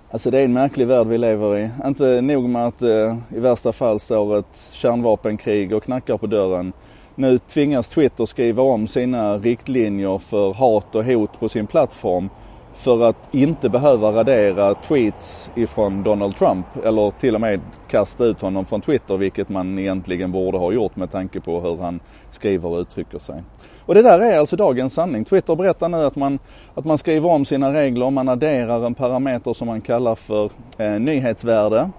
Alltså det är en märklig värld vi lever i. Inte nog med att i värsta fall står ett kärnvapenkrig och knackar på dörren. Nu tvingas Twitter skriva om sina riktlinjer för hat och hot på sin plattform för att inte behöva radera tweets ifrån Donald Trump eller till och med kasta ut honom från Twitter, vilket man egentligen borde ha gjort med tanke på hur han skriver och uttrycker sig. Och det där är alltså dagens sanning. Twitter berättar nu att man skriver om sina regler och man adderar en parameter som man kallar för nyhetsvärde.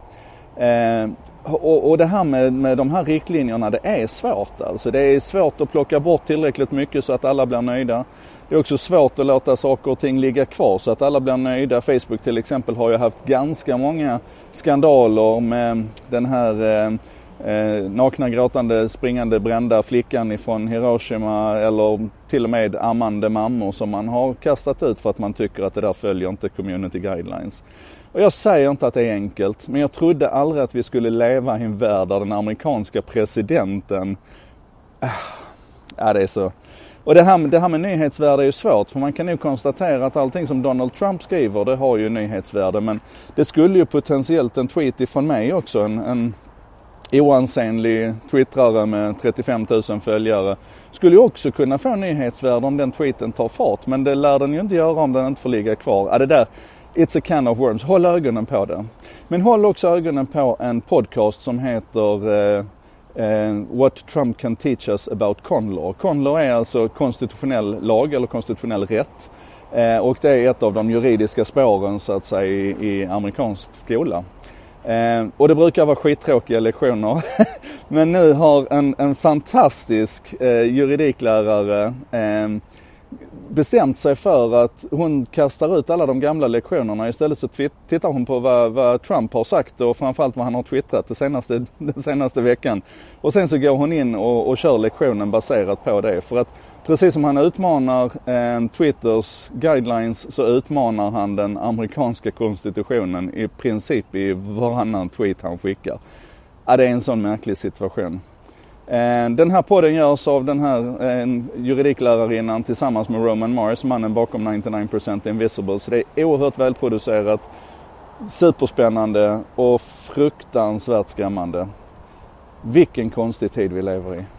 Och det här med de här riktlinjerna, det är svårt alltså. Det är svårt att plocka bort tillräckligt mycket så att alla blir nöjda. Det är också svårt att låta saker och ting ligga kvar så att alla blir nöjda. Facebook till exempel har ju haft ganska många skandaler med den här nakna, gråtande, springande, brända flickan ifrån Hiroshima eller till och med ammande mammor som man har kastat ut för att man tycker att det där följer inte community guidelines. Och jag säger inte att det är enkelt, men jag trodde aldrig att vi skulle leva i en värld där den amerikanska presidenten... det är så... Och det här med nyhetsvärde är ju svårt, för man kan ju konstatera att allting som Donald Trump skriver, det har ju nyhetsvärde. Men det skulle ju potentiellt en tweet ifrån mig också, en oansenlig twittrare med 35 000 följare, skulle ju också kunna få nyhetsvärde om den tweeten tar fart. Men det lär den ju inte göra om den inte får ligga kvar. Det där, it's a can of worms. Håll ögonen på det. Men håll också ögonen på en podcast som heter... What Trump can teach us about con law. Con law är alltså konstitutionell lag eller konstitutionell rätt. Och det är ett av de juridiska spåren så att säga i amerikansk skola. Och det brukar vara skittråkiga lektioner. Men nu har en fantastisk juridiklärare bestämt sig för att hon kastar ut alla de gamla lektionerna. Istället så tittar hon på vad Trump har sagt och framförallt vad han har twittrat den senaste veckan. Och sen så går hon in och kör lektionen baserat på det. För att precis som han utmanar Twitters guidelines så utmanar han den amerikanska konstitutionen i princip i varannan tweet han skickar. Det är en sån märklig situation. Den här podden görs av den här juridiklärarinnan tillsammans med Roman Mars, mannen bakom 99% Invisible. Så det är oerhört välproducerat, superspännande och fruktansvärt skrämmande. Vilken konstig tid vi lever i.